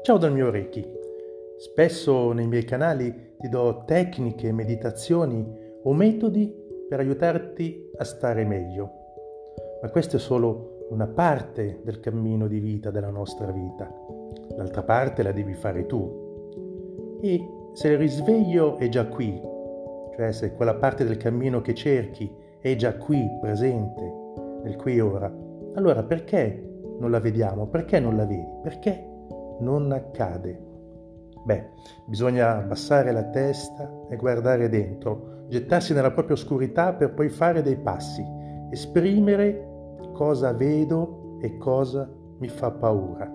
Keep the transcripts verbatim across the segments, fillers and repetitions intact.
Ciao dal mio Reiki. Spesso nei miei canali ti do tecniche, meditazioni o metodi per aiutarti a stare meglio. Ma questa è solo una parte del cammino di vita della nostra vita. L'altra parte la devi fare tu. E se il risveglio è già qui, cioè se quella parte del cammino che cerchi è già qui, presente, nel qui e ora, allora perché non la vediamo? Perché non la vedi? Perché non accade? Beh, bisogna abbassare la testa e guardare dentro, gettarsi nella propria oscurità per poi fare dei passi, esprimere cosa vedo e cosa mi fa paura.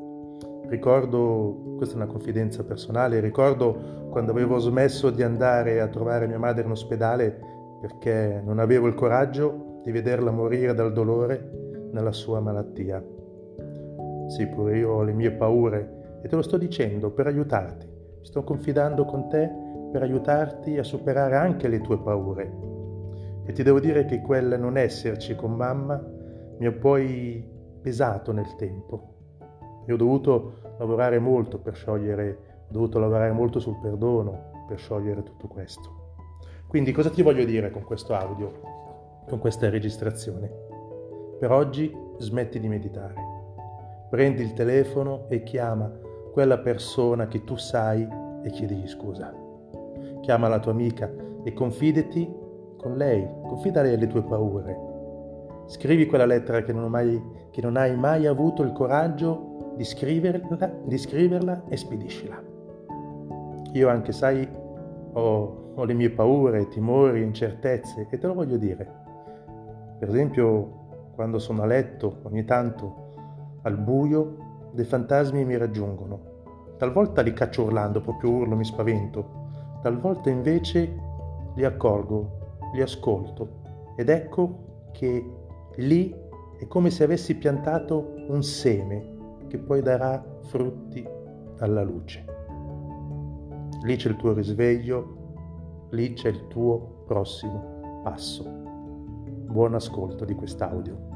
Ricordo, questa è una confidenza personale, ricordo quando avevo smesso di andare a trovare mia madre in ospedale perché non avevo il coraggio di vederla morire dal dolore nella sua malattia. Sì, pure io ho le mie paure e te lo sto dicendo per aiutarti. Sto confidando con te per aiutarti a superare anche le tue paure. E ti devo dire che quel non esserci con mamma mi ha poi pesato nel tempo. Io ho dovuto lavorare molto per sciogliere, ho dovuto lavorare molto sul perdono per sciogliere tutto questo. Quindi cosa ti voglio dire con questo audio, con questa registrazione? Per oggi smetti di meditare. Prendi il telefono e chiama quella persona che tu sai e chiedigli scusa. Chiama la tua amica e confidati con lei, confida a lei le tue paure. Scrivi quella lettera che non, ho mai, che non hai mai avuto il coraggio di scriverla, di scriverla e spediscila. Io anche, sai, ho, ho le mie paure, timori, incertezze e te lo voglio dire. Per esempio, quando sono a letto, ogni tanto al buio, dei fantasmi mi raggiungono. Talvolta li caccio urlando, proprio urlo, mi spavento. Talvolta invece li accolgo, li ascolto ed ecco che lì è come se avessi piantato un seme che poi darà frutti alla luce. Lì c'è il tuo risveglio, lì c'è il tuo prossimo passo. Buon ascolto di quest'audio.